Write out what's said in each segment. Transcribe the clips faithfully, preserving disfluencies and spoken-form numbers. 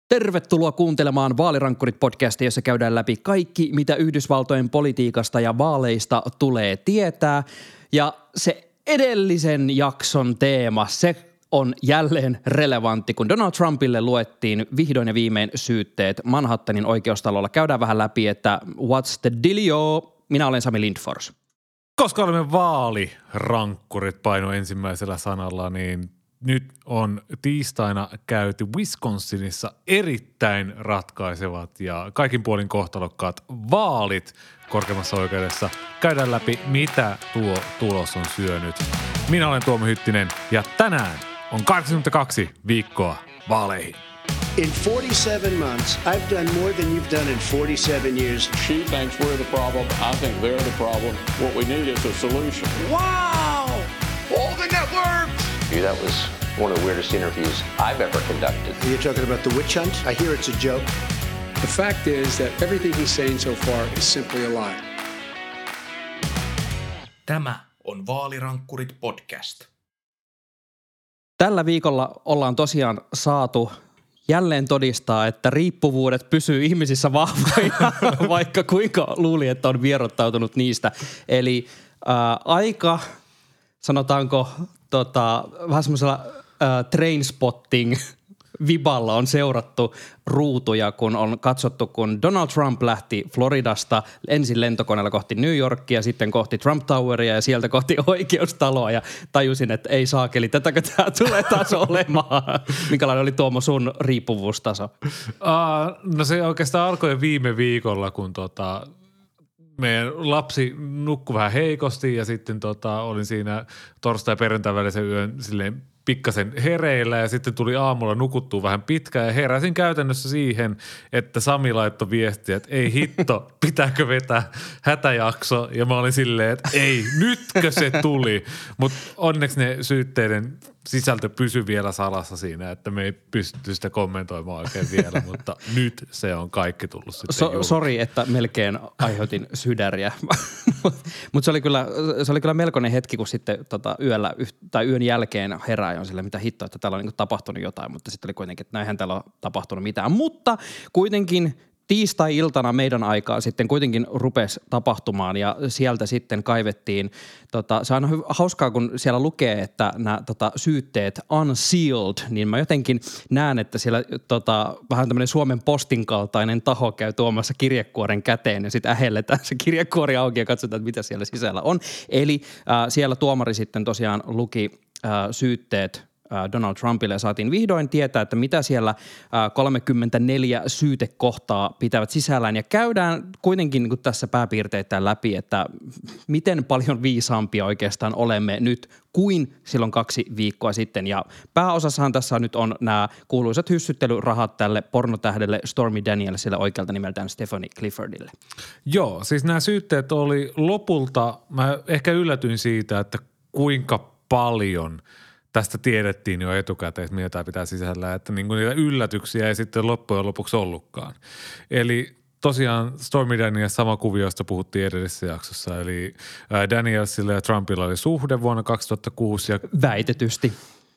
Tervetuloa kuuntelemaan Vaalirankkurit-podcastia, jossa käydään läpi kaikki, mitä Yhdysvaltojen politiikasta ja vaaleista tulee tietää. Ja se edellisen jakson teema, se on jälleen relevantti, kun Donald Trumpille luettiin vihdoin ja viimein syytteet Manhattanin oikeustalolla. Käydään vähän läpi, että what's the dealio? Minä olen Sami Lindfors. Koska olemme vaalirankkurit paino ensimmäisellä sanalla, niin nyt on tiistaina käyty Wisconsinissa erittäin ratkaisevat ja kaikin puolin kohtalokkaat vaalit korkeimmassa oikeudessa. Käydään läpi, mitä tuo tulos on syönyt. Minä olen Tuomo Hyttinen ja tänään on kahdeksankymmentäkaksi viikkoa vaaleihin. In forty-seven months, I've done more than you've done in forty-seven years. She thinks we're the problem. I think they're the problem. What we need is a solution. Wow! All the networks! That was one of the weirdest interviews I've ever conducted. You're talking about the witch hunt? I hear it's a joke. The fact is that everything he's saying so far is simply a lie. Tämä on Vaalirankkurit podcast. Tällä viikolla ollaan tosiaan saatu jälleen todistaa, että riippuvuudet pysyy ihmisissä vahvoina, vaikka kuinka luuli, että on vierottautunut niistä. Eli ää, aika, sanotaanko, tota, vähän semmoisella trainspotting viballa on seurattu ruutuja, kun on katsottu, kun Donald Trump lähti Floridasta ensin lentokoneella kohti New Yorkia, sitten kohti Trump Toweria ja sieltä kohti oikeustaloa ja tajusin, että ei saakeli, tätäkö tämä tulee taas olemaan. Minkälainen oli Tuomo sun riippuvuustaso? Uh, no se oikeastaan alkoi jo viime viikolla, kun tota meidän lapsi nukkui vähän heikosti ja sitten tota, olin siinä torstai- ja perjantai välisen yön silleen pikkasen hereillä ja sitten tuli aamulla nukuttua vähän pitkään ja heräsin käytännössä siihen, että Sami laittoi viestiä, että ei hitto, pitääkö vetää hätäjakso ja mä olin silleen, että ei, nytkö se tuli, mutta onneksi ne syytteiden sisältö pysyi vielä salassa siinä, että me ei pysty sitä kommentoimaan oikein vielä, mutta nyt se on kaikki tullut sitten so, Sori, että melkein aiheutin sydäriä, mutta se oli kyllä, se oli kyllä melkoinen hetki, kun sitten tota, yöllä tai yön jälkeen herää on sille, mitä hittoa, että täällä on niin tapahtunut jotain, mutta sitten oli kuitenkin, että näinhän täällä on tapahtunut mitään, mutta kuitenkin tiistai-iltana meidän aikaa sitten kuitenkin rupesi tapahtumaan ja sieltä sitten kaivettiin, tota, se on aina hauskaa, kun siellä lukee, että nämä tota, syytteet unsealed, niin mä jotenkin näen, että siellä tota, vähän tämmöinen Suomen Postin kaltainen taho käy tuomassa kirjekuoren käteen ja sitten ähelletään se kirjekuori auki ja katsotaan, että mitä siellä sisällä on. Eli äh, siellä tuomari sitten tosiaan luki äh, syytteet Donald Trumpille ja saatiin vihdoin tietää, että mitä siellä kolmekymmentäneljä syytekohtaa pitävät sisällään ja käydään kuitenkin niin kuin tässä pääpiirteittäin läpi, että miten paljon viisaampia oikeastaan olemme nyt kuin silloin kaksi viikkoa sitten ja pääosassahan tässä nyt on nämä kuuluisat hyssyttelyrahat tälle pornotähdelle Stormy Danielsille oikealta nimeltään Stephanie Cliffordille. Joo, siis nämä syytteet oli lopulta, mä ehkä yllätyin siitä, että kuinka paljon tästä tiedettiin jo etukäteen, että mitä tämä pitää sisällä, että niin kuin niitä yllätyksiä ei sitten loppujen lopuksi ollutkaan. Eli tosiaan Stormy Daniels sama kuvio, josta puhuttiin edellisessä jaksossa, eli Danielsilla ja Trumpilla oli suhde vuonna kaksituhattakuusi. Ja väitetysti.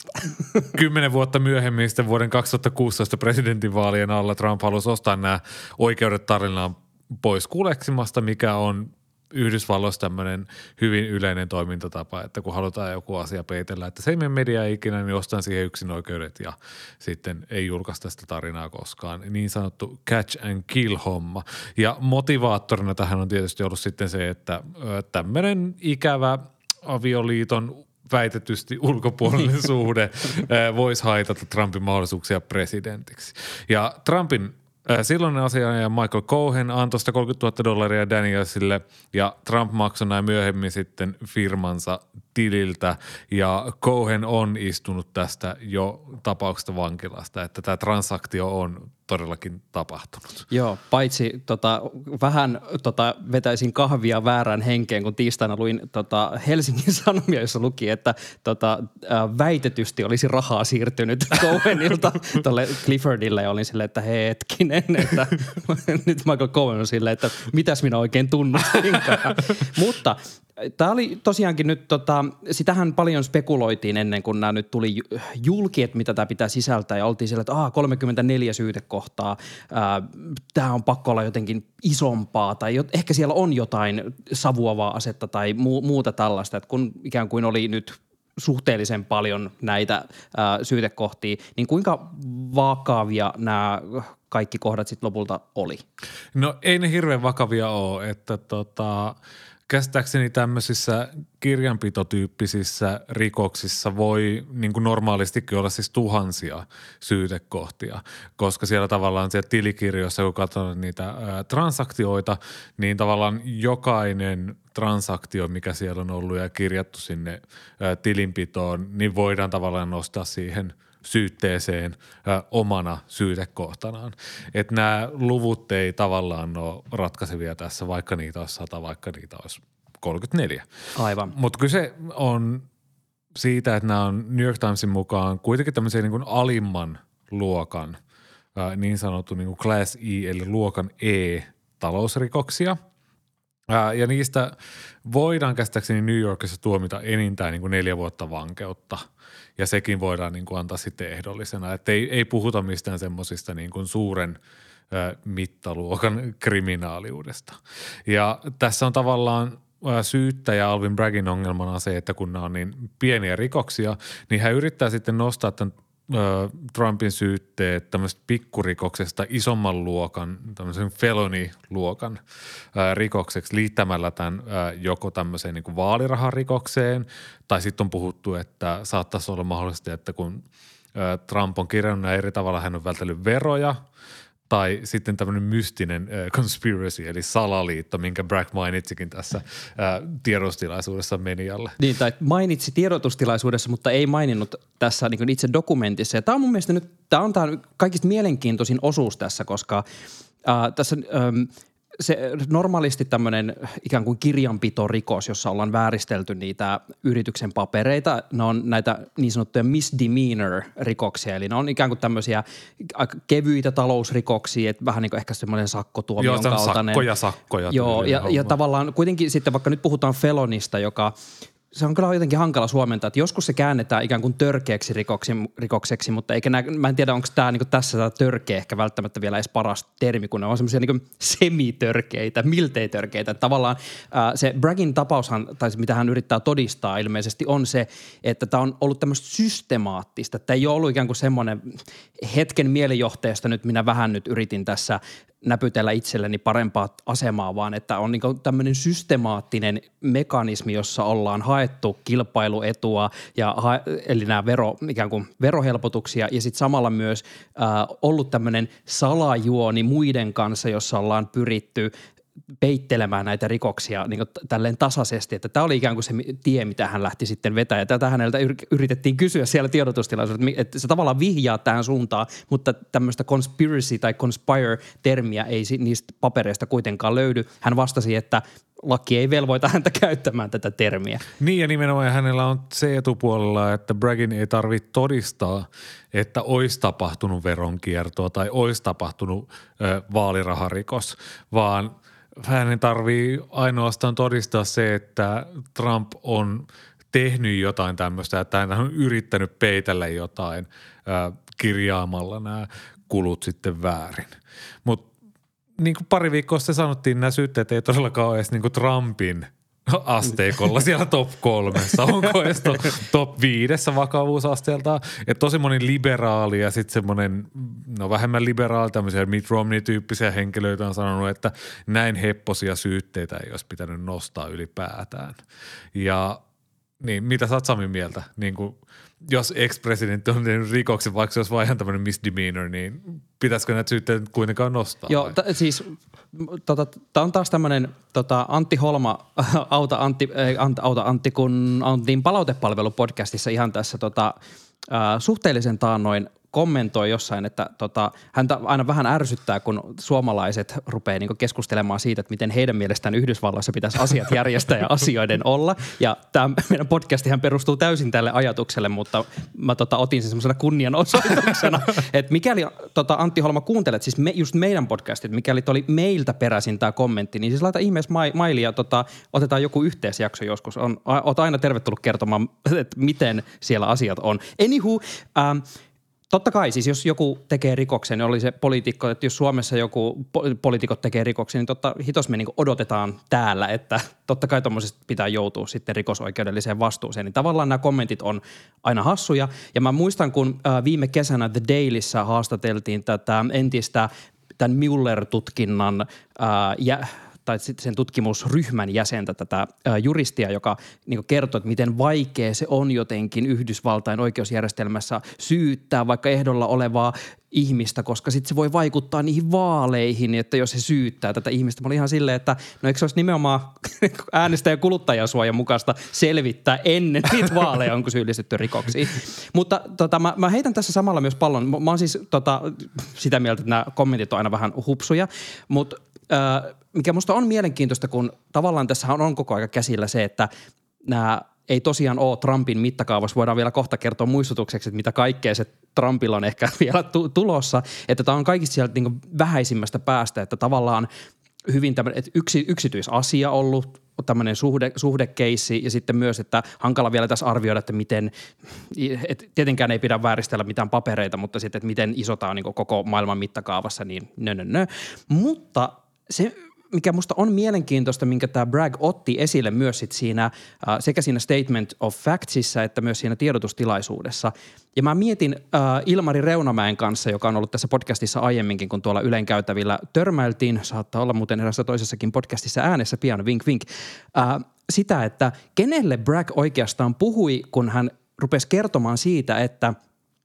Kymmenen vuotta myöhemmin sitten vuoden kaksituhattakuusitoista presidentinvaalien alla Trump halusi ostaa nämä oikeudet tarinaan pois kuleksimasta, mikä on Yhdysvalloissa tämmöinen hyvin yleinen toimintatapa, että kun halutaan joku asia peitellä, että se ei mene mediaa ikinä, niin ostan siihen yksin oikeudet ja sitten ei julkaista sitä tarinaa koskaan. Niin sanottu catch and kill homma. Ja motivaattorina tähän on tietysti ollut sitten se, että tämmöinen ikävä avioliiton väitetysti ulkopuolinen suhde voisi haitata Trumpin mahdollisuuksia presidentiksi. Ja Trumpin silloinen asianajaja Michael Cohen antoi sitä kolmekymmentätuhatta dollaria Danielsille ja Trump maksoi näin myöhemmin sitten firmansa tililtä ja Cohen on istunut tästä jo tapauksesta vankilasta, että tämä transaktio on todellakin tapahtunut. Joo, paitsi tota, vähän tota, vetäisin kahvia väärään henkeen, kun tiistaina luin tota, Helsingin Sanomia, jossa luki, että tota, ä, väitetysti olisi rahaa siirtynyt Cohenilta tuolle Cliffordille ja olin silleen, että hetkinen, että nyt Michael Cohen on silleen, että mitäs minä oikein tunnustinkaan. Mutta Tämä oli tosiaankin nyt, tota, sitähän paljon spekuloitiin ennen kuin nämä nyt tuli julki, että mitä tämä pitää sisältää ja oltiin siellä, että aah, kolmekymmentäneljä syytekohtaa, tämä on pakko olla jotenkin isompaa tai jo, ehkä siellä on jotain savuavaa asetta tai mu- muuta tällaista, että kun ikään kuin oli nyt suhteellisen paljon näitä ää, syytekohtia, niin kuinka vakavia nämä kaikki kohdat sitten lopulta oli? No ei ne hirveän vakavia ole, että tota, käsittääkseni tämmöisissä kirjanpitotyyppisissä rikoksissa voi niin kuin normaalistikin olla siis tuhansia syytekohtia, koska siellä tavallaan siellä tilikirjoissa, kun katsotaan niitä ää, transaktioita, niin tavallaan jokainen transaktio, mikä siellä on ollut ja kirjattu sinne ää, tilinpitoon, niin voidaan tavallaan nostaa siihen syytteeseen ä, omana syytekohtanaan. Että nämä luvut ei tavallaan ole ratkaisevia tässä, vaikka niitä olisi sata, vaikka niitä olisi kolmekymmentäneljä. Aivan. Mutta kyse on siitä, että nämä on New York Timesin mukaan kuitenkin tämmöisiä niin kuin alimman luokan, ä, niin sanottu niin kuin Class E eli luokan E talousrikoksia. Ää, ja niistä voidaan käsittääkseni New Yorkissa tuomita enintään niin kuin neljä vuotta vankeutta ja sekin voidaan niin kuin antaa sitten ehdollisena. Että ei, ei puhuta mistään semmoisista niin kuin suuren ää, mittaluokan kriminaaliudesta. Ja tässä on tavallaan ää, syyttäjä Alvin Braggin ongelmana se, että kun nämä on niin pieniä rikoksia, niin hän yrittää sitten nostaa tämän Trumpin syytteet tämmöistä pikkurikoksesta isomman luokan, tämmöisen felony-luokan ää, rikokseksi liittämällä tämän ää, joko tämmöiseen niin kuin vaaliraharikokseen tai sitten on puhuttu, että saattaisi olla mahdollisesti, että kun ää, Trump on kirjannut eri tavalla, hän on vältellyt veroja tai sitten tämmöinen mystinen äh, conspiracy, eli salaliitto, minkä Bragg mainitsikin tässä äh, tiedotustilaisuudessa medialle. Niin, tai mainitsi tiedotustilaisuudessa, mutta ei maininnut tässä niin kuin itse dokumentissa. Ja tämä on mun mielestä nyt, tämä on tämä kaikista mielenkiintoisin osuus tässä, koska äh, tässä ähm, se normaalisti tämmöinen ikään kuin kirjanpitorikos, jossa ollaan vääristelty niitä yrityksen papereita, ne on näitä niin sanottuja misdemeanor-rikoksia, eli ne on ikään kuin tämmöisiä kevyitä talousrikoksia, että vähän niin kuin ehkä semmoinen sakkotuomion Joo, kaltainen. sakkoja, sakkoja. Joo, ja, ja tavallaan kuitenkin sitten vaikka nyt puhutaan felonista, joka se on kyllä jotenkin hankala suomentaa, että joskus se käännetään ikään kuin törkeäksi rikoksi, rikokseksi, mutta eikä nää, mä en tiedä, onko tämä niinku tässä tämä törkeä ehkä välttämättä vielä edes paras termi, kun ne on semmoisia niinku semitörkeitä, miltei törkeitä. Tavallaan ää, se Braggin tapaushan, tai se, mitä hän yrittää todistaa ilmeisesti, on se, että tämä on ollut tämmöistä systemaattista. Tämä ei ole ollut ikään kuin semmoinen hetken mielijohteesta nyt, minä vähän nyt yritin tässä näpytellä itselleni parempaa asemaa, vaan että on niin tämmöinen systemaattinen mekanismi, jossa ollaan haettu kilpailuetua, ja ha- eli nämä vero, ikään kuin verohelpotuksia, ja sitten samalla myös äh, ollut tämmöinen salajuoni muiden kanssa, jossa ollaan pyritty peittelemään näitä rikoksia niin kuin tälleen tasaisesti, että tämä oli ikään kuin se tie, mitä hän lähti sitten vetämään. Ja tätä häneltä yritettiin kysyä siellä tiedotustilaisuudessa, että se tavallaan vihjaa tähän suuntaan, mutta tämmöistä conspiracy tai conspire-termiä ei niistä papereista kuitenkaan löydy. Hän vastasi, että laki ei velvoita häntä käyttämään tätä termiä. Niin ja nimenomaan hänellä on se etupuolella, että Braggin ei tarvitse todistaa, että olisi tapahtunut veronkiertoa tai olisi tapahtunut ö, vaaliraharikos, vaan hänen tarvii ainoastaan todistaa se, että Trump on tehnyt jotain tämmöistä, että hän on yrittänyt peitellä jotain ö, kirjaamalla nämä kulut sitten väärin. Mutta niin kuin pari viikkoa sitten sanottiin, nämä syytteet ei todellakaan ole edes niin kuin Trumpin asteikolla siellä top kolmessa. Onko edes to, top viidessä vakavuusasteeltaan? Että tosi moni liberaali ja sitten semmoinen, no vähemmän liberaali, tämmöisiä Mitt Romney-tyyppisiä henkilöitä on sanonut, että näin hepposia syytteitä ei olisi pitänyt nostaa ylipäätään. Ja niin, mitä sä oot Samin mieltä? Niin kuin, jos ex-presidentti on tehnyt rikoksen, vaikka se olisi vain ihan tämmöinen misdemeanor, niin pitäisikö näitä syytteitä kuitenkaan nostaa? Joo, t- siis tota, tämä on taas tämmöinen tota, Antti Holma, auta Antti, äh, auta Antti, kun Antin palautepalvelupodcastissa ihan tässä tota, äh, suhteellisen taannoin kommentoi jossain, että tota, häntä aina vähän ärsyttää, kun suomalaiset rupeaa niinku keskustelemaan siitä, että miten heidän mielestään Yhdysvalloissa pitäisi asiat järjestää ja asioiden olla. Ja tämä meidän podcastihan perustuu täysin tälle ajatukselle, mutta mä tota, otin sen semmoisena kunnianosoituksena, että mikäli tota, Antti Holma kuuntelet, siis me, just meidän podcastit, mikäli oli meiltä peräisin tämä kommentti, niin siis laita ihmeessä ma- maili ja tota, otetaan joku yhteisjakso joskus. On, oot aina tervetullut kertomaan, että miten siellä asiat on. Anywho, ähm, totta kai siis jos joku tekee rikoksen, niin oli se poliitikko, että jos Suomessa joku po- poliitikot tekee rikoksen, niin totta hitos me niin odotetaan täällä, että totta kai tuommoisesta pitää joutua sitten rikosoikeudelliseen vastuuseen. Niin tavallaan nämä kommentit on aina hassuja. Ja mä muistan, kun äh, viime kesänä The Dailyssä haastateltiin tätä entistä tämän Mueller-tutkinnan äh, ja tai sen tutkimusryhmän jäsentä, tätä ää, juristia, joka niin kertoo, että miten vaikea se on jotenkin Yhdysvaltain oikeusjärjestelmässä syyttää vaikka ehdolla olevaa ihmistä, koska sitten se voi vaikuttaa niihin vaaleihin, että jos se syyttää tätä ihmistä. Mä olin ihan silleen, että no eikö se olisi nimenomaan äänestäjän kuluttajasuojan mukaista selvittää ennen niitä vaaleja, onko syyllistytty rikoksiin. Mutta tota, mä, mä heitän tässä samalla myös pallon. Mä, mä oon siis tota, sitä mieltä, että nämä kommentit on aina vähän hupsuja, mutta äh, mikä musta on mielenkiintoista, kun tavallaan tässä on koko aika käsillä se, että nämä ei tosiaan ole Trumpin mittakaavassa. Voidaan vielä kohta kertoa muistutukseksi, että mitä kaikkea se Trumpilla on ehkä vielä tu- tulossa. Että tämä on kaikista sieltä niin kuin vähäisimmästä päästä, että tavallaan hyvin tämmöinen, että yksi, yksityisasia ollut, tämmöinen suhde, suhdekeissi ja sitten myös, että hankala vielä tässä arvioida, että miten, että tietenkään ei pidä vääristellä mitään papereita, mutta sitten, että miten iso tämä on niin kuin koko maailman mittakaavassa, niin nö, nö, nö. Mutta se, mikä musta on mielenkiintoista, minkä tämä Bragg otti esille myös sit siinä, äh, sekä siinä Statement of Factsissa että myös siinä tiedotustilaisuudessa. Ja mä mietin äh, Ilmari Reunamäen kanssa, joka on ollut tässä podcastissa aiemminkin, kun tuolla Ylen käytävillä törmäiltiin, saattaa olla muuten erässä toisessakin podcastissa äänessä pian, vink vink, äh, sitä, että kenelle Bragg oikeastaan puhui, kun hän rupesi kertomaan siitä, että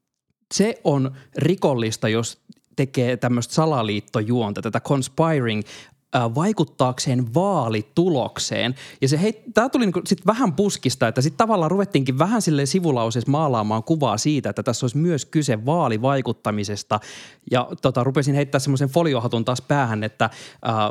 se on rikollista, jos tekee tämmöistä salaliittojuonta, tätä conspiring, äh, vaikuttaakseen vaalitulokseen. Ja se hei, tää tuli niinku sit vähän puskista, että sit tavallaan ruvettiinkin vähän silleen sivulauseessa maalaamaan kuvaa siitä, että tässä olisi myös kyse vaalivaikuttamisesta. Ja tota, rupesin heittää semmoisen foliohatun taas päähän, että äh,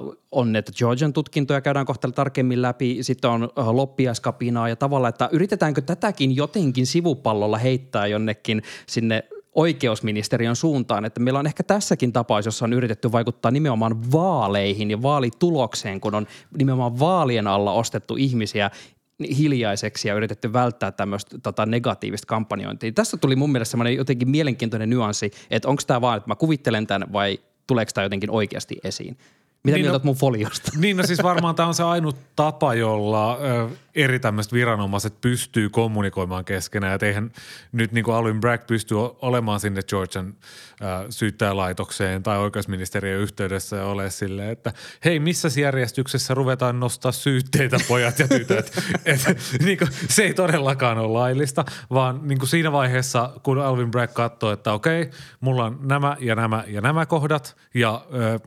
on näitä Georgian tutkintoja, käydään kohta tarkemmin läpi, sitten on äh, loppiaiskapinaa ja tavallaan, että yritetäänkö tätäkin jotenkin sivupallolla heittää jonnekin sinne oikeusministeriön suuntaan, että meillä on ehkä tässäkin tapaus, jossa on yritetty vaikuttaa nimenomaan vaaleihin ja vaalitulokseen, kun on nimenomaan vaalien alla ostettu ihmisiä hiljaiseksi ja yritetty välttää tämmöistä tota, negatiivista kampanjointia. Tässä tuli mun mielestä semmoinen jotenkin mielenkiintoinen nyanssi, että onko tämä vaan, että mä kuvittelen tämän vai tuleeko tämä jotenkin oikeasti esiin. Mitä niin mieltä no, mun foliosta? Niin no siis varmaan tämä on se ainut tapa, jolla ö, eri tämmöiset viranomaiset pystyy kommunikoimaan keskenään. Et eihän nyt niin kuin Alvin Bragg pysty olemaan sinne Georgian ö, syyttäjälaitokseen tai oikeusministeriön yhteydessä ja ole silleen, että hei, missä järjestyksessä ruvetaan nostaa syytteitä pojat ja tytöt. Et, niin kuin, se ei todellakaan ole laillista, vaan niin kuin siinä vaiheessa, kun Alvin Bragg katsoo, että okei, mulla on nämä ja nämä ja nämä kohdat ja ö,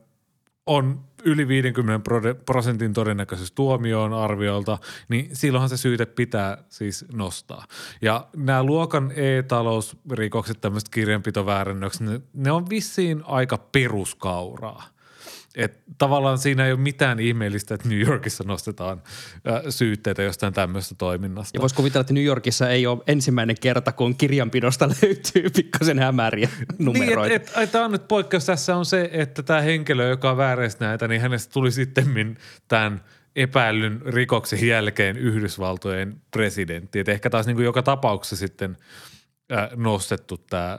on yli viidenkymmenen prosentin todennäköisyys tuomioon arviolta, niin silloinhan se syyte pitää siis nostaa. Ja nämä luokan e-talousrikokset, tämmöiset kirjanpitoväärennökset, ne, ne on vissiin aika peruskauraa. Että tavallaan siinä ei ole mitään ihmeellistä, että New Yorkissa nostetaan äh, syytteitä jostain tämmöistä toiminnasta. Ja voisi kuvitella, että New Yorkissa ei ole ensimmäinen kerta, kun kirjanpidosta löytyy pikkasen hämäriä numeroita. Niin, että et, et, nyt poikkeus tässä on se, että tämä henkilö, joka väärensi näitä, niin hänestä tuli sittemmin tämän epäillyn rikoksen jälkeen Yhdysvaltojen presidentti. Et ehkä taas niin kuin joka tapauksessa sitten äh, nostettu tämä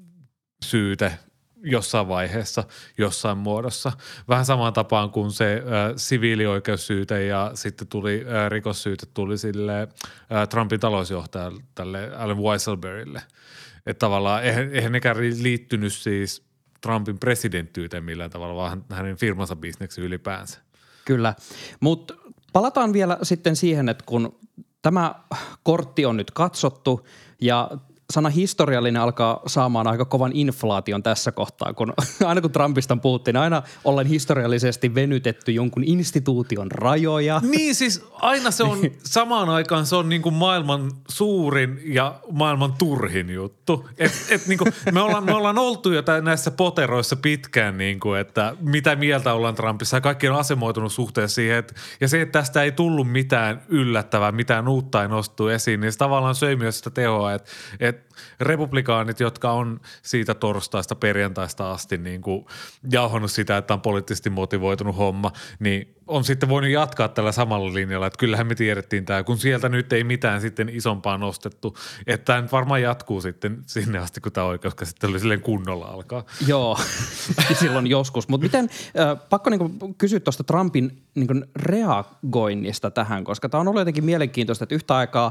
syyte jossain vaiheessa, jossain muodossa. Vähän samaan tapaan kuin se äh, siviilioikeussyyte ja sitten tuli äh, rikossyyte tuli sille äh, Trumpin talousjohtajalle, tälle Allen Weisselbergille. Että tavallaan eihän, eihän nekään liittynyt siis Trumpin presidenttyyteen millään tavalla, vaan hänen firmansa bisneksi ylipäänsä. Kyllä, mutta palataan vielä sitten siihen, että kun tämä kortti on nyt katsottu ja sana historiallinen alkaa saamaan aika kovan inflaation tässä kohtaa, kun aina kun Trumpista puhuttiin, aina ollen historiallisesti venytetty jonkun instituution rajoja. Niin siis aina se on, samaan aikaan se on niin kuin maailman suurin ja maailman turhin juttu. Et, et niin kuin me, ollaan, me ollaan oltu jo näissä poteroissa pitkään, niin kuin, että mitä mieltä ollaan Trumpissa ja kaikki on asemoitunut suhteessa siihen. Et, ja se, että tästä ei tullut mitään yllättävää, mitään uutta ei nostu esiin, niin se tavallaan söi myös sitä tehoa, että et republikaanit, jotka on siitä torstaista perjantaista asti niin kuin jauhannut sitä, että on poliittisesti motivoitunut homma, niin on sitten voinut jatkaa tällä samalla linjalla, että kyllähän me tiedettiin tämä, kun sieltä nyt ei mitään sitten isompaa nostettu, että tämä nyt varmaan jatkuu sitten sinne asti, kun tämä oikeuskäsittely silleen kunnolla alkaa. Joo, silloin joskus. Mutta miten, äh, pakko niinku kysyä tuosta Trumpin niinku reagoinnista tähän, koska tämä on ollut jotenkin mielenkiintoista, että yhtä aikaa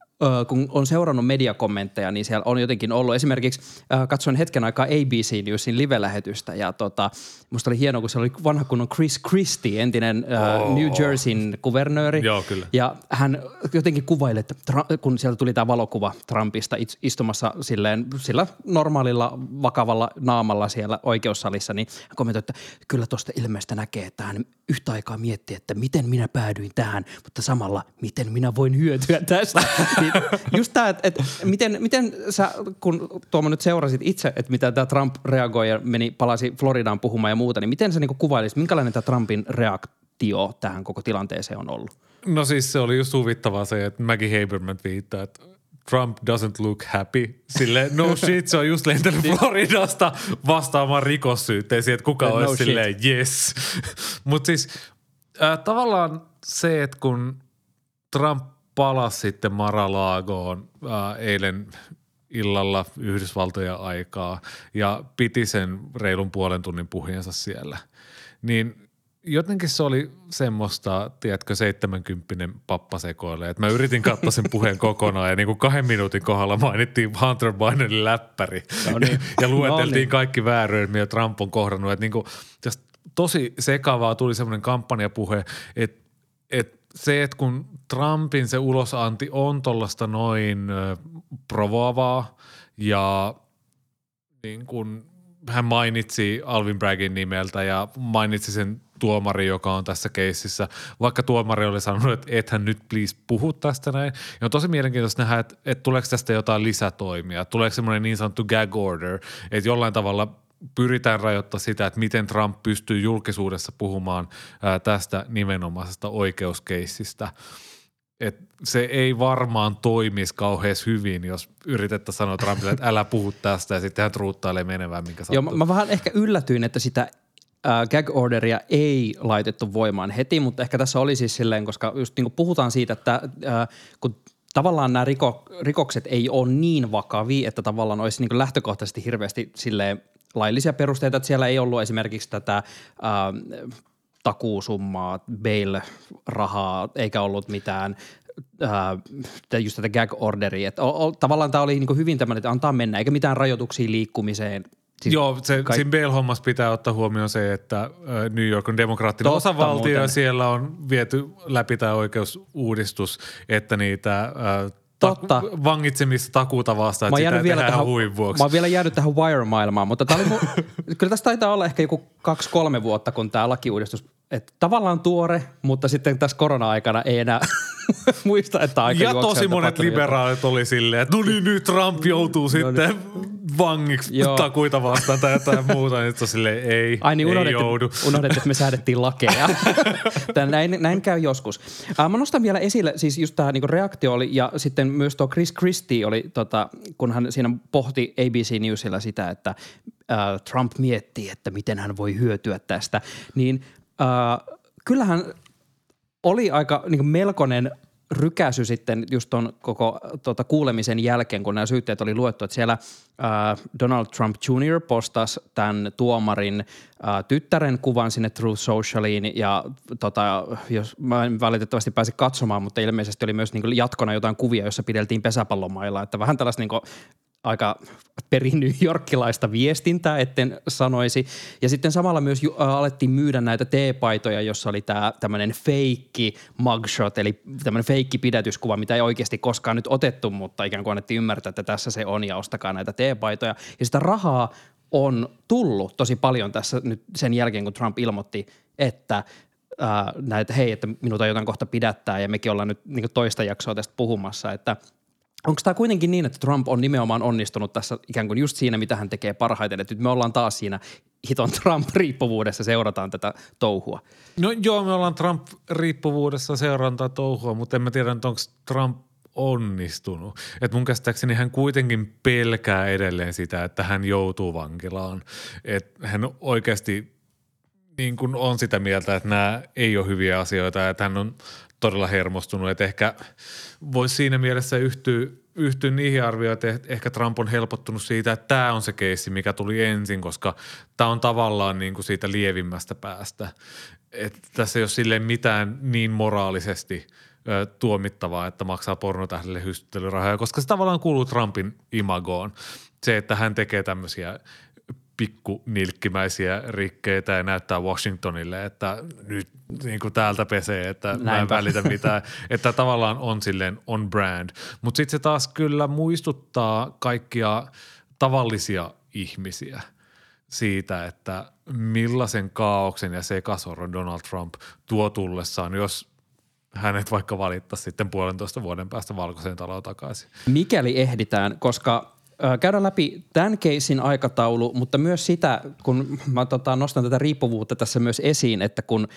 kun on seurannut mediakommentteja, niin siellä on jotenkin ollut. Esimerkiksi äh, katsoin hetken aikaa A B C Newsin live-lähetystä ja tota, musta oli hienoa, kun se oli vanha kunnon Chris Christie, entinen äh, oh. New Jerseyn kuvernööri. Joo, kyllä. Ja hän jotenkin kuvaili, että tra- kun sieltä tuli tämä valokuva Trumpista istumassa silleen, sillä normaalilla vakavalla naamalla siellä oikeussalissa, niin hän kommentoi, että kyllä tuosta ilmeistä näkee, että hän yhtä aikaa miettii, että miten minä päädyin tähän, mutta samalla miten minä voin hyötyä tästä. Just tämä, että, että miten, miten sä, kun Tuomo nyt seurasit itse, että mitä tämä Trump reagoi ja meni, palasi Floridaan puhumaan ja muuta, niin miten sä niin kuvailisit, minkälainen tämä Trumpin reaktio tähän koko tilanteeseen on ollut? No siis se oli just huvittavaa se, että Maggie Haberman viittaa, että Trump doesn't look happy. Silleen, no shit, se on just lentänyt Floridasta vastaamaan rikossyytteisiin, että kuka no olisi shit. Silleen yes. Mutta siis äh, tavallaan se, että kun Trump palasi sitten Mar-a-Lagoon ää, eilen illalla Yhdysvaltojen aikaa ja piti sen reilun puolen tunnin puheensa siellä, niin jotenkin se oli semmoista, tiedätkö, seitsemänkymppinen pappasekoille, että mä yritin katsoa sen puheen kokonaan ja niin kuin kahden minuutin kohdalla mainittiin Hunter Bidenin läppäri no niin. ja lueteltiin no niin. kaikki vääryydet, mitä Trump on kohdannut, että niin kuin tosi sekavaa tuli semmoinen kampanjapuhe, että et se, että kun Trumpin se ulosanti on tollaista noin ö, provoavaa ja niin kun hän mainitsi Alvin Braggin nimeltä ja mainitsi sen tuomari, joka on tässä keississä, vaikka tuomari oli sanonut, että ethän nyt please puhu tästä näin. Ja on tosi mielenkiintoista nähdä, että, että tuleeko tästä jotain lisätoimia, tuleeko semmoinen niin sanottu gag order, että jollain tavalla pyritään rajoittamaan sitä, että miten Trump pystyy julkisuudessa puhumaan ää, tästä nimenomaisesta oikeuskeissistä. Et se ei varmaan toimisi kauhean hyvin, jos yritettä sanoa Trumpille, että älä puhu tästä ja sitten hän truuttailee menevään, minkä sattuu. Joo, mä, mä vähän ehkä yllätyin, että sitä äh, gag-orderia ei laitettu voimaan heti, mutta ehkä tässä oli siis silleen, koska just niin kuin puhutaan siitä, että äh, kun tavallaan nämä riko, rikokset ei ole niin vakavia, että tavallaan olisi niin kuin lähtökohtaisesti hirveästi silleen laillisia perusteita, että siellä ei ollut esimerkiksi tätä äh, takuusummaa, bail-rahaa, eikä ollut mitään äh, just tätä gag-orderia. Että o, o, tavallaan tämä oli niin kuin hyvin tämmöinen, että antaa mennä, eikä mitään rajoituksia liikkumiseen. Siis Joo, se, kaik- siinä bail-hommassa pitää ottaa huomioon se, että New York on demokraattinen Totta osavaltio muuten. Ja siellä on viety läpi tämä oikeusuudistus, että niitä äh, Totta. Ta- vangitsemista takuuta vastaan, että sitä vielä tehdään huin vuoksi. Mä oon vielä jäänyt tähän Wire-maailmaan, mutta tää oli mu- kyllä tässä taitaa olla ehkä joku kaksi, kolme vuotta, kun tämä lakiuudistus, että tavallaan tuore, mutta sitten tässä korona-aikana ei enää muista, että aika ja tosi monet liberaalit oli silleen, että no niin, nyt Trump joutuu no sitten niin. vangiksi Joo. takuita vastaan tai jotain muuta, niin se on silleen, ei, Ai niin, ei joudu. Unohdettiin, että me säädettiin lakeja. näin, näin käy joskus. Äh, mä nostan vielä esille, siis just tämä niinku reaktio oli, ja sitten myös tuo Chris Christie oli, tota, kun hän siinä pohti A B C Newsilla sitä, että äh, Trump miettii, että miten hän voi hyötyä tästä, niin äh, kyllähän oli aika niin kuin melkoinen rykäsy sitten just ton koko tota, kuulemisen jälkeen, kun nämä syytteet oli luettu, että siellä ää, Donald Trump junior postasi tämän tuomarin ää, tyttären kuvan sinne Truth Socialiin ja tota, jos mä en valitettavasti pääse katsomaan, mutta ilmeisesti oli myös niin kuin jatkona jotain kuvia, jossa pideltiin pesäpallomailla, että vähän tällaista niin kuin aika perin New Yorkilaista viestintää, etten sanoisi. Ja sitten samalla myös ju- äh, alettiin myydä näitä teepaitoja, jossa oli tämä tämmöinen feikki mugshot, eli tämmöinen feikki pidätyskuva, mitä ei oikeasti koskaan nyt otettu, mutta ikään kuin annettiin ymmärtää, että tässä se on ja ostakaa näitä teepaitoja. Ja sitä rahaa on tullut tosi paljon tässä nyt sen jälkeen, kun Trump ilmoitti, että Äh, näitä, hei, että minulta jotain kohta pidättää ja mekin ollaan nyt niin kuin toista jaksoa tästä puhumassa, että onko tämä kuitenkin niin, että Trump on nimenomaan onnistunut tässä ikään kuin just siinä, mitä hän tekee parhaiten, että nyt me ollaan taas siinä hiton Trump-riippuvuudessa, seurataan tätä touhua. No joo, me ollaan Trump-riippuvuudessa seurataan touhua, mutta en mä tiedä, onko Trump onnistunut. Et mun käsittääkseni hän kuitenkin pelkää edelleen sitä, että hän joutuu vankilaan. Että hän oikeasti niin kuin on sitä mieltä, että nämä ei ole hyviä asioita ja että hän on todella hermostunut. Että ehkä voisi siinä mielessä yhtyä, yhtyä niihin arvioihin, että ehkä Trump on helpottunut siitä, että tämä on se keissi, mikä tuli ensin, koska tämä on tavallaan niin kuin siitä lievimmästä päästä. Että tässä ei ole silleen mitään niin moraalisesti ö, tuomittavaa, että maksaa pornotähdelle hyssyttelyrahoja, koska se tavallaan kuuluu Trumpin imagoon. Se, että hän tekee tämmöisiä pikkunilkkimäisiä rikkeitä ja näyttää Washingtonille, että nyt niin kuin täältä pesee, että Näinpä. Mä en välitä mitään. Että tavallaan on silleen on brand. Mutta sitten se taas kyllä muistuttaa kaikkia tavallisia ihmisiä siitä, että millaisen kaaoksen ja sekasorron Donald Trump tuo tullessaan, jos hänet vaikka valittaisi sitten puolentoista vuoden päästä Valkoiseen taloon takaisin. Mikäli ehditään, koska käydään läpi tämän keissin aikataulu, mutta myös sitä, kun mä tota, nostan tätä riippuvuutta tässä myös esiin, että kun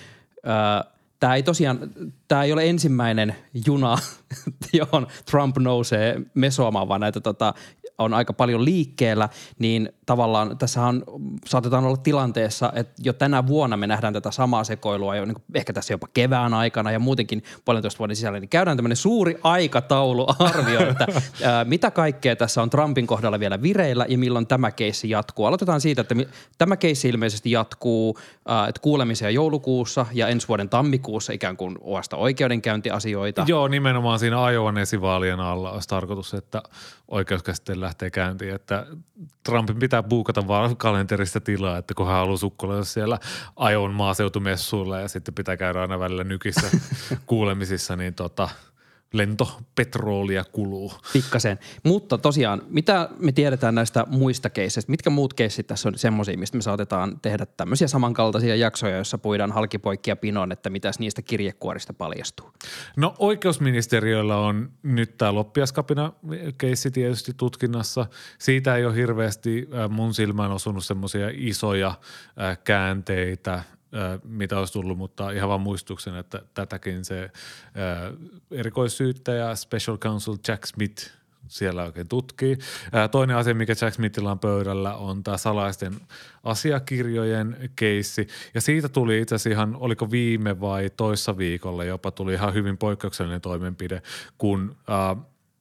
tämä ei tosiaan, tämä ei ole ensimmäinen juna, johon Trump nousee mesoamaan, vaan näitä tota, on aika paljon liikkeellä, niin tavallaan tässä on, saatetaan olla tilanteessa, että jo tänä vuonna me nähdään tätä samaa sekoilua jo niin kuin ehkä tässä jopa kevään aikana ja muutenkin puolentoista vuoden sisällä, niin käydään tämmöinen suuri aikatauluarvio, että ää, mitä kaikkea tässä on Trumpin kohdalla vielä vireillä ja milloin tämä keissi jatkuu. Aloitetaan siitä, että mi- tämä keissi ilmeisesti jatkuu, ää, että kuulemisia joulukuussa ja ensi vuoden tammikuussa ikään kuin vasta oikeudenkäyntiasioita. Joo, nimenomaan siinä Iowan esivaalien alla olisi tarkoitus, että oikeuskäsittely lähtee käyntiin, että Trumpin pitää buukata vaan kalenterista tilaa, että kun hän haluaa sukkuloida siellä Iowan maaseutumessuilla ja sitten pitää käydä aina välillä nykissä kuulemisissa, niin tota lentopetroolia kuluu. Pikkasen. Mutta tosiaan, mitä me tiedetään näistä muista keisseistä? Mitkä muut keissit tässä on semmoisia, mistä me saatetaan tehdä tämmöisiä samankaltaisia jaksoja, joissa puidaan halkipoikkia pinoon, että mitäs niistä kirjekuorista paljastuu? No oikeusministeriöllä on nyt tämä loppiaskapina-keissi tietysti tutkinnassa. Siitä ei ole hirveästi mun silmään osunut semmoisia isoja käänteitä, mitä olisi tullut, mutta ihan vaan muistuksen, että tätäkin se ää, erikoissyyttäjä Special Counsel Jack Smith siellä oikein tutkii. Ää, toinen asia, mikä Jack Smithillä on pöydällä, on tämä salaisten asiakirjojen keissi. Ja siitä tuli itse asiassa ihan, oliko viime vai toissa viikolla jopa tuli ihan hyvin poikkeuksellinen toimenpide, kun ää,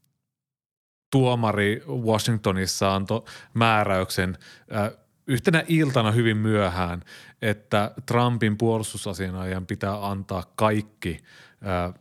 tuomari Washingtonissa antoi määräyksen ää, yhtenä iltana hyvin myöhään, että Trumpin puolustusasianajajan pitää antaa kaikki ää,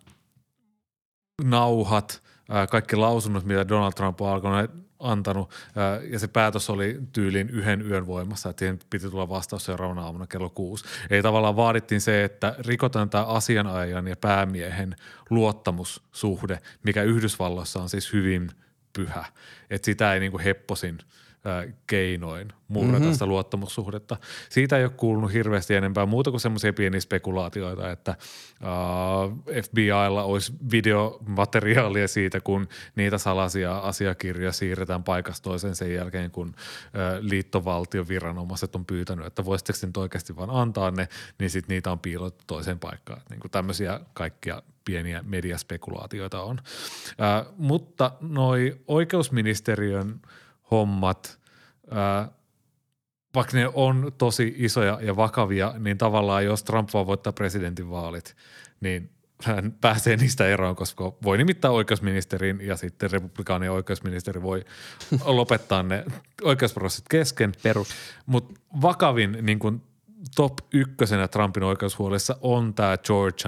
nauhat, ää, kaikki lausunnot, mitä Donald Trump on alkanut antanut, ää, ja se päätös oli tyylin yhden yön voimassa, että siihen piti tulla vastaus seuraavana aamuna kello kuusi. Eli tavallaan vaadittiin se, että rikotaan tämä asianajajan ja päämiehen luottamussuhde, mikä Yhdysvalloissa on siis hyvin pyhä, että sitä ei niinku hepposin keinoin murrata mm-hmm. sitä luottamussuhdetta. Siitä ei ole kuulunut hirveästi enempää muuta kuin semmoisia pieniä spekulaatioita, että uh, F B I:lla olisi videomateriaalia siitä, kun niitä salaisia asiakirjoja siirretään paikasta toiseen sen jälkeen, kun uh, liittovaltioviranomaiset on pyytänyt, että voisitteko nyt oikeasti vaan antaa ne, niin sitten niitä on piilotettu toiseen paikkaan. Niin kuin tämmöisiä kaikkia pieniä mediaspekulaatioita on. Uh, mutta noi oikeusministeriön hommat, ää, vaikka ne on tosi isoja ja vakavia, niin tavallaan jos Trump vaan voittaa presidentinvaalit, niin hän pääsee niistä eroon, koska voi nimittää oikeusministerin ja sitten republikaanien oikeusministeri voi lopettaa ne oikeusprosessit kesken. Perus. Mutta vakavin niin kun top ykkösenä Trumpin oikeushuolessa on tämä Georgian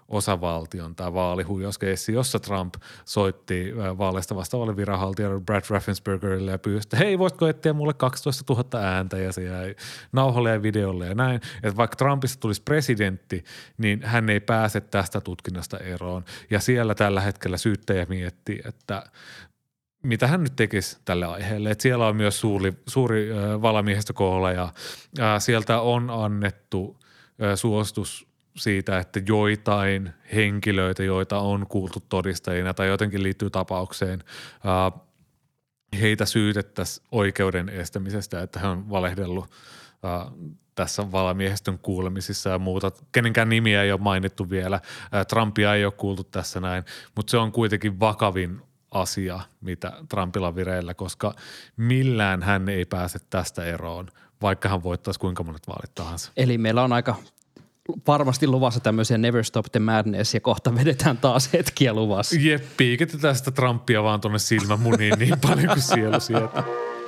osavaltion tämä vaalihuijauskeissi, jossa Trump soitti vaaleista vastaavalle viranhaltijalle Brad Raffenspergerille ja pyysi, että hei, voitko etsiä mulle kaksitoistatuhatta ääntä, ja se jäi nauhalle ja videolle ja näin. Että vaikka Trumpista tulisi presidentti, niin hän ei pääse tästä tutkinnasta eroon. Ja siellä tällä hetkellä syyttäjä miettii, että mitä hän nyt tekisi tälle aiheelle. Et siellä on myös suuri, suuri äh, valamiehistö koolla ja äh, sieltä on annettu äh, suostus siitä, että joitain henkilöitä, joita on kuultu todistajina tai jotenkin liittyy tapaukseen, äh, heitä syytettäisiin oikeuden estämisestä, että he on valehdellut äh, tässä valamiehistön kuulemisissa ja muuta. Kenenkään nimiä ei ole mainittu vielä. Äh, Trumpia ei ole kuultu tässä näin, mutta se on kuitenkin vakavin asia, mitä Trumpilla on vireillä, koska millään hän ei pääse tästä eroon, vaikka hän voittaisi kuinka monet vaalit tahansa. Eli meillä on aika varmasti luvassa tämmöisiä Never Stop the Madness ja kohta vedetään taas hetkiä luvassa. Jep, piiketetään sitä Trumpia vaan tuonne silmämuniin niin paljon kuin sielu sieltä.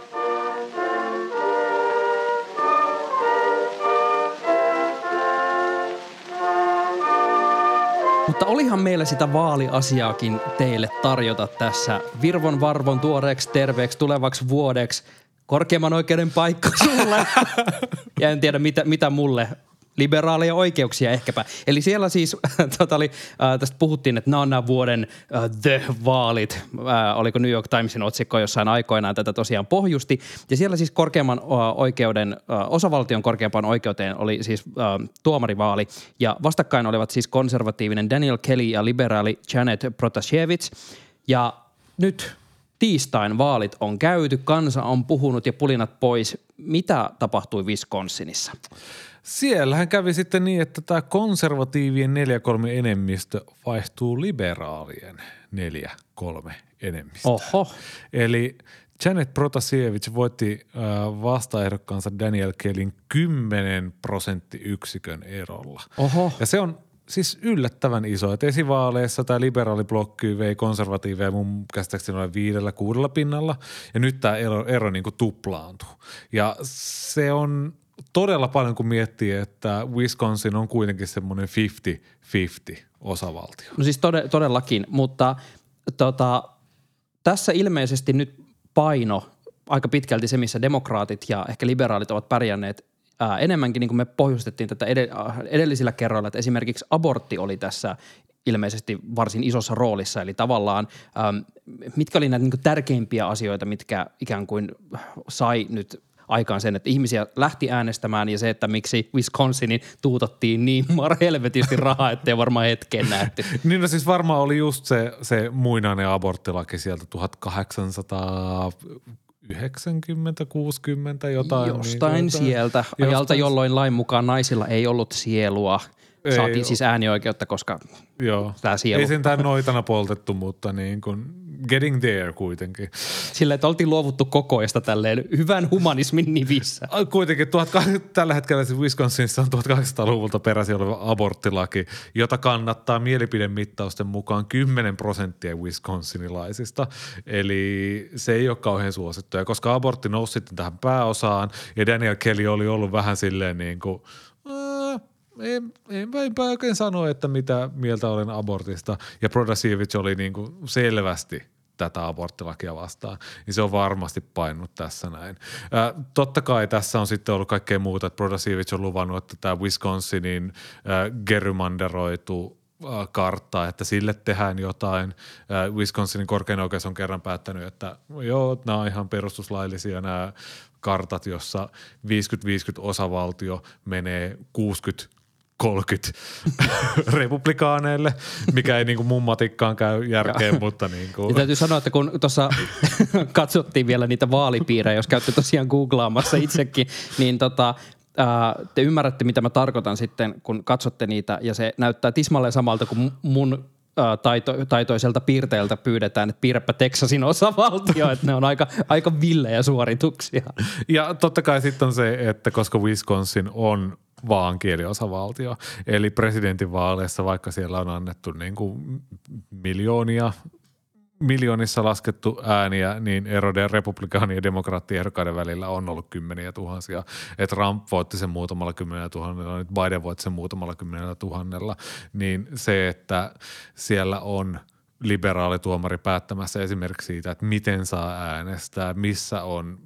Mutta olihan meillä sitä vaaliasiaakin teille tarjota tässä virvon varvon tuoreeksi terveeksi tulevaksi vuodeksi. Korkeimman oikeuden paikka sulle. Ja en tiedä mitä, mitä mulle. Liberaaleja oikeuksia ehkäpä. Eli siellä siis, tota oli, äh, tästä puhuttiin, että nämä on nämä vuoden äh, The-vaalit. Äh, oliko New York Timesin otsikko jossain aikoinaan tätä tosiaan pohjusti. Ja siellä siis korkeimman äh, oikeuden, äh, osavaltion korkeimpaan oikeuteen oli siis äh, tuomarivaali. Ja vastakkain olivat siis konservatiivinen Daniel Kelly ja liberaali Janet Protasevich. Ja nyt tiistain vaalit on käyty, kansa on puhunut ja pulinat pois. Mitä tapahtui Wisconsinissa? Siellähän kävi sitten niin, että tämä konservatiivien neljä kolme enemmistö vaihtuu liberaalien neljä kolme enemmistö. Oho. Eli Janet Protasevich voitti äh, vastaehdokkaansa Daniel Kellyn kymmenen prosenttiyksikön erolla. Oho. Ja se on siis yllättävän iso. Et esivaaleissa tämä liberaaliblokki vei konservatiiveja mun käsittääkseni noin viidellä kuudella pinnalla ja nyt tämä ero, ero niin kuin tuplaantuu. Ja se on todella paljon, kun miettii, että Wisconsin on kuitenkin semmoinen viisikymmentä viisikymmentä osavaltio. No siis tode, todellakin, mutta tota, tässä ilmeisesti nyt paino aika pitkälti se, missä demokraatit ja ehkä liberaalit ovat pärjänneet ää, enemmänkin, niin kuin me pohjustettiin tätä edellisillä kerroilla, että esimerkiksi abortti oli tässä ilmeisesti varsin isossa roolissa, eli tavallaan äm, mitkä oli näitä niin kuin tärkeimpiä asioita, mitkä ikään kuin sai nyt aikaan sen, että ihmisiä lähti äänestämään ja se, että miksi Wisconsinin tuutattiin niin mar helvetisti rahaa, ettei varmaan hetkeen nähty. Niin no siis varmaan oli just se, se muinainen aborttilaki sieltä tuhatkahdeksansataayhdeksänkymmentä kuusikymmentä jotain. Jostain niin, sieltä jostain. ajalta, jolloin lain mukaan naisilla ei ollut sielua. Ei Saatiin ole. Siis äänioikeutta, koska Joo. tämä sielu. Ei sentään noitana poltettu, mutta niin kuin getting there kuitenkin. Sillä, että oltiin luovuttu kokoista tälleen hyvän humanismin nivissä. Kuitenkin tällä hetkellä siis Wisconsinissa on tuhatkahdeksansataaluvulta peräisin oleva aborttilaki, jota kannattaa mielipidemittausten mukaan kymmenen prosenttia Wisconsinilaisista. Eli se ei ole kauhean suosittu. Ja koska abortti nousi sitten tähän pääosaan ja Daniel Kelly oli ollut vähän silleen niin kuin En, enpä, enpä oikein sano, että mitä mieltä olen abortista. Ja Protasevich oli niin kuin selvästi tätä aborttilakia vastaan, niin se on varmasti painunut tässä näin. Ää, totta kai tässä on sitten ollut kaikkea muuta, että Protasevich on luvannut, että tämä Wisconsinin ää, gerrymanderoitu ää, kartta, että sille tehdään jotain. Ää, Wisconsinin korkein oikeus on kerran päättänyt, että joo, nämä on ihan perustuslaillisia nämä kartat, jossa viisikymmentä viisikymmentä osavaltio menee kuusikymmentä kolmekymmentä republikaaneille, mikä ei niin kuin mun matikkaan käy järkeen, mutta niin kuin. Ja täytyy sanoa, että kun tuossa katsottiin vielä niitä vaalipiirejä, jos käytte tosiaan googlaamassa itsekin, niin tota, ää, te ymmärrätte, mitä mä tarkoitan sitten, kun katsotte niitä, ja se näyttää tismalleen samalta kuin mun Taito, taitoiselta piirteeltä pyydetään, että piirräpä Texasin osavaltio, että ne on aika, aika villejä suorituksia. Ja totta kai sitten on se, että koska Wisconsin on vaan kieliosavaltio, eli presidentinvaaleissa, vaikka siellä on annettu niin kuin miljoonia miljoonissa laskettu ääniä, niin ero republikaanien ja demokraattiehdokkaiden välillä on ollut kymmeniä tuhansia. Et Trump voitti sen muutamalla kymmenellä tuhannella, nyt Biden voitti sen muutamalla kymmenellä tuhannella. Niin se, että siellä on liberaali tuomari päättämässä esimerkiksi siitä, että miten saa äänestää, missä on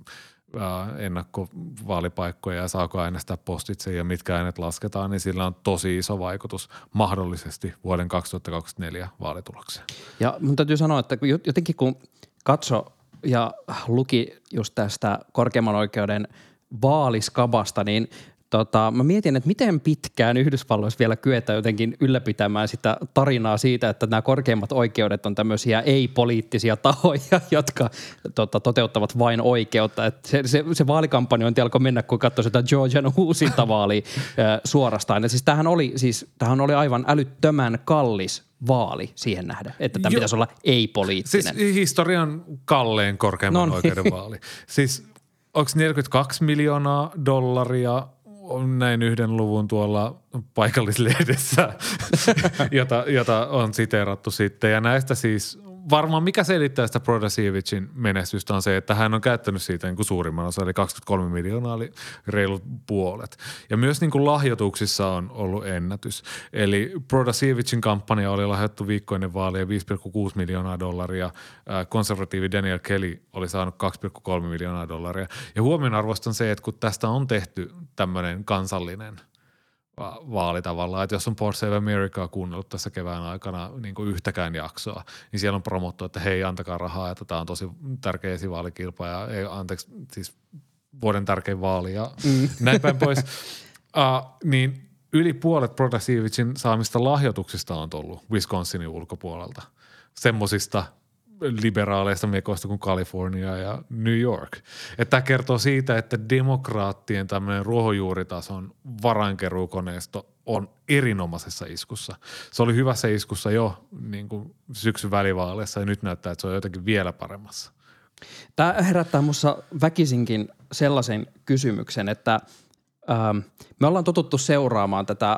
ennakkovaalipaikkoja ja saako äänestää postitse ja mitkä äänet lasketaan, niin sillä on tosi iso vaikutus mahdollisesti vuoden kaksituhattakaksikymmentäneljä vaalitulokseen. Ja mun täytyy sanoa, että jotenkin kun katso ja luki just tästä korkeimman oikeuden vaaliskabasta, niin Tota, mä mietin, että miten pitkään Yhdysvalloissa vielä kyetään jotenkin ylläpitämään sitä tarinaa siitä, että nämä korkeimmat oikeudet on tämmöisiä ei-poliittisia tahoja, jotka tota, toteuttavat vain oikeutta. Et se, se, se vaalikampanjointi alkoi mennä, kun katsoi sitä Georgian uusinta vaali suorastaan. Ja siis tämähän oli, siis, tämähän oli aivan älyttömän kallis vaali siihen nähden, että tämä pitäisi olla ei-poliittinen. Siis historian kallein korkeimman no, oikeuden niin. vaali. Siis onko neljäkymmentäkaksi miljoonaa dollaria on näin yhden luvun tuolla paikallislehdessä, jota, jota on siteerattu sitten. Ja näistä siis varmaan mikä selittää sitä Protasevicin menestystä on se, että hän on käyttänyt siitä niin kuin suurimman osa, eli kaksikymmentäkolme miljoonaa, eli reilut puolet. Ja myös niin kuin lahjoituksissa on ollut ennätys. Eli Protasevicin kampanja oli lahjoittu viikkoinen vaali viisi pilkku kuusi miljoonaa dollaria. Konservatiivi Daniel Kelly oli saanut kaksi pilkku kolme miljoonaa dollaria. Ja huomionarvoista on se, että kun tästä on tehty tämmöinen kansallinen vaali tavallaan, että jos on Pod Save Americaa kuunnellut tässä kevään aikana niin kuin yhtäkään jaksoa, niin siellä on promottu, että hei, antakaa rahaa, että tämä on tosi tärkeä esivaalikilpa ja ei, anteeksi, siis vuoden tärkein vaali ja mm. näin päin pois. Uh, niin yli puolet Protasevicin saamista lahjoituksista on tullut Wisconsinin ulkopuolelta. Semmosista liberaaleista mekoista kuin Kalifornia ja New York. Tämä kertoo siitä, että demokraattien tämmöinen ruohonjuuritason varainkeruukoneisto on erinomaisessa iskussa. Se oli hyvässä iskussa jo niin kuin syksyn välivaaleissa ja nyt näyttää, että se on jotenkin vielä paremmassa. Tämä herättää minussa väkisinkin sellaisen kysymyksen, että ähm, me ollaan totuttu seuraamaan tätä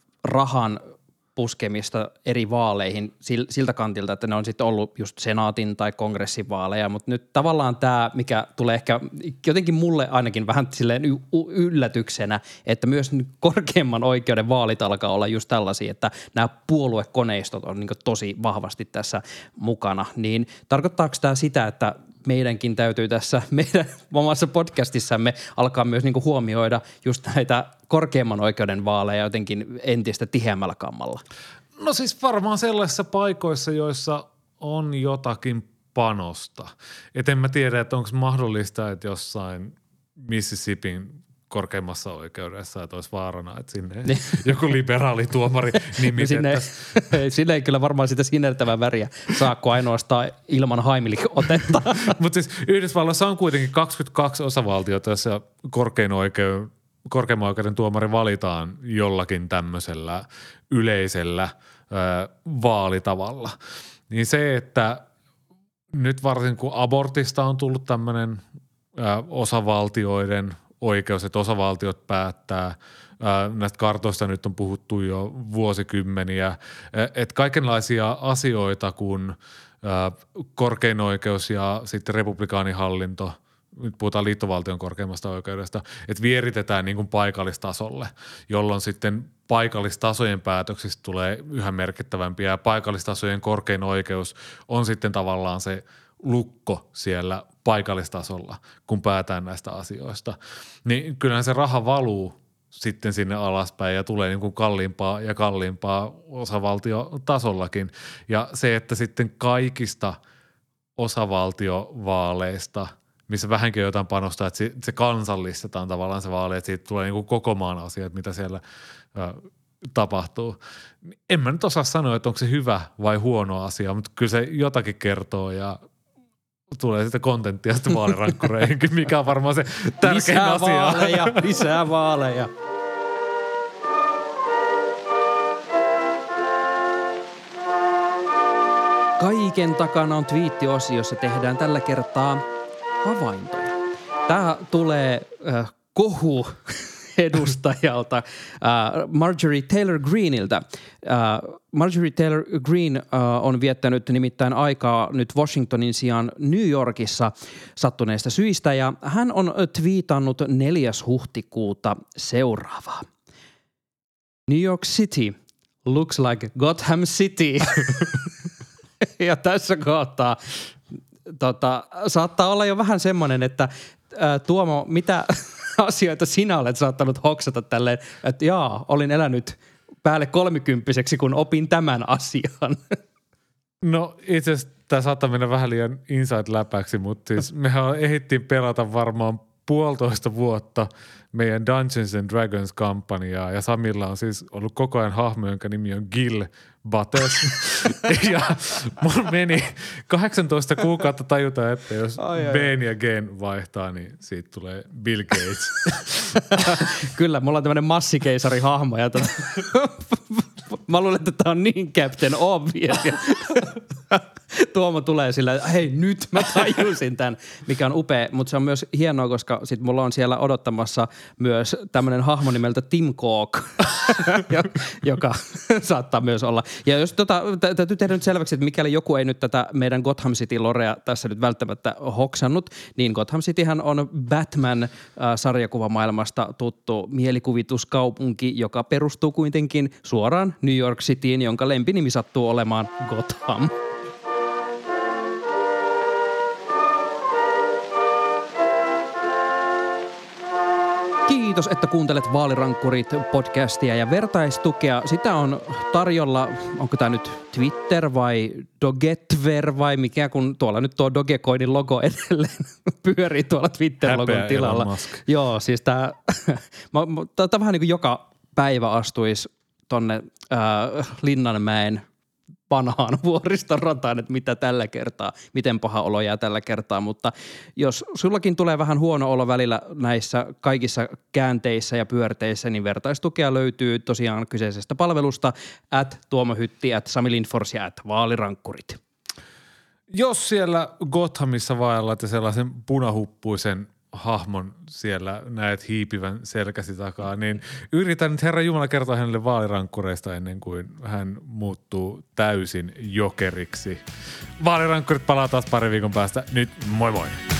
rahan puskemista eri vaaleihin siltä kantilta, että ne on sitten ollut just senaatin tai kongressin vaaleja, mutta nyt tavallaan tämä, mikä tulee ehkä jotenkin mulle ainakin vähän silleen yllätyksenä, että myös korkeimman oikeuden vaalit alkaa olla just tällaisia, että nämä puoluekoneistot on niin kuin tosi vahvasti tässä mukana, niin tarkoittaako tämä sitä, että meidänkin täytyy tässä meidän omassa podcastissamme alkaa myös niin kuin huomioida just näitä korkeimman oikeuden vaaleja jotenkin entistä tiheämmällä kammalla? No siis varmaan sellaisissa paikoissa, joissa on jotakin panosta. Et en mä tiedä, että onko mahdollista, että jossain Mississippin korkeimmassa oikeudessa, että olisi vaarana, että sinne joku liberaali tuomari nimitettäisiin. Sinne, sinne ei kyllä varmaan sitä sinertävää väriä saa, kun ainoastaan ilman Heimlich-otetta. Mutta siis Yhdysvalloissa on kuitenkin kaksikymmentäkaksi osavaltiota, jossa korkein oikeuden, korkeimman oikeuden tuomari valitaan jollakin tämmöisellä yleisellä ö, vaalitavalla. Niin se, että nyt varsin kun abortista on tullut tämmöinen ö, osavaltioiden oikeus, että osavaltiot päättää. Näistä kartoista nyt on puhuttu jo vuosikymmeniä. Että kaikenlaisia asioita, kun korkein oikeus ja sitten republikaanihallinto, nyt puhutaan liittovaltion korkeimmasta oikeudesta, että vieritetään niin kuin paikallistasolle, jolloin sitten paikallistasojen päätöksistä tulee yhä merkittävämpiä. Ja paikallistasojen korkein oikeus on sitten tavallaan se lukko siellä paikallistasolla, kun päätään näistä asioista. Niin kyllähän se raha valuu sitten sinne alaspäin ja tulee niin kuin kalliimpaa ja kalliimpaa osavaltiotasollakin. Ja se, että sitten kaikista osavaltiovaaleista, missä vähänkin jotain panostaa, että se kansallistetaan tavallaan se vaali, että siitä tulee niin kuin koko maan asiat, mitä siellä ä, tapahtuu. En mä nyt osaa sanoa, että onko se hyvä vai huono asia, mutta kyllä se jotakin kertoo ja tulee sitten kontenttia sitten vaalirankkureihinkin, mikä on varmaan se tärkein lisää asia. Vaaleja, lisää vaaleja. Kaiken takana on twiittiosio, jossa tehdään tällä kertaa havaintoja. Tämä tulee äh, kohu edustajalta uh, Marjorie Taylor Greeniltä. Uh, Marjorie Taylor Greene uh, on viettänyt nimittäin aikaa nyt Washingtonin sijaan New Yorkissa sattuneista syistä ja hän on twiitannut neljäs huhtikuuta seuraavaa. New York City looks like Gotham City. Ja tässä kohtaa tota, saattaa olla jo vähän semmoinen, että ää, Tuomo, mitä asioita sinä olet saattanut hoksata tälleen, että jaa, olin elänyt päälle kolmikymppiseksi, kun opin tämän asian. No itse asiassa tämä saattaa mennä vähän liian inside-läpäksi, mutta siis mehän ehdittiin pelata varmaan puolitoista vuotta meidän Dungeons and Dragons-kampanjaa ja Samilla on siis ollut koko ajan hahmo, jonka nimi on Gil Bates. Ja mun meni kahdeksantoista kuukautta tajuta, että jos ai, ai. Ben ja Gen vaihtaa, niin siitä tulee Bill Gates. Kyllä, mulla on tämmöinen massikeisari-hahmo ja tota, mä luulen, että tää on niin Captain Obvious. Ja Tuomo tulee sillä, että hei nyt mä tajusin tämän, mikä on upea, mutta se on myös hienoa, koska sit mulla on siellä odottamassa myös tämmöinen hahmo nimeltä Tim Cook, joka saattaa myös olla. Ja jos tota, täytyy tehdä nyt selväksi, että mikäli joku ei nyt tätä meidän Gotham City-lorea tässä nyt välttämättä hoksannut, niin Gotham Cityhän on Batman-sarjakuvamaailmasta tuttu mielikuvituskaupunki, joka perustuu kuitenkin suoraan New York Cityin, jonka lempinimi sattuu olemaan Gotham. Kiitos, että kuuntelet Vaalirankkurit-podcastia ja vertaistukea. Sitä on tarjolla, onko tämä nyt Twitter vai Dogetver vai mikä, kun tuolla nyt tuo Dogecoinin logo edelleen pyörii tuolla Twitter-logon tilalla. Joo, siis tämä, tämä vähän niin kuin joka päivä astuisi tonne äh, Linnanmäen vanhaan vuoriston rataan, että mitä tällä kertaa, miten paha olo jää tällä kertaa, mutta jos sullakin tulee vähän huono olo välillä näissä kaikissa käänteissä ja pyörteissä, niin vertaistukea löytyy tosiaan kyseisestä palvelusta at Tuomo Hytti, at Sami Lindfors ja at Vaalirankkurit. Jos siellä Gothamissa vaellat ja sellaisen punahuppuisen hahmon siellä näet hiipivän selkäsi takaa, niin yritän nyt Herra Jumala kertoa hänelle vaalirankkureista ennen kuin hän muuttuu täysin jokeriksi. Vaalirankkurit palaa taas pari viikon päästä. Nyt moi moi!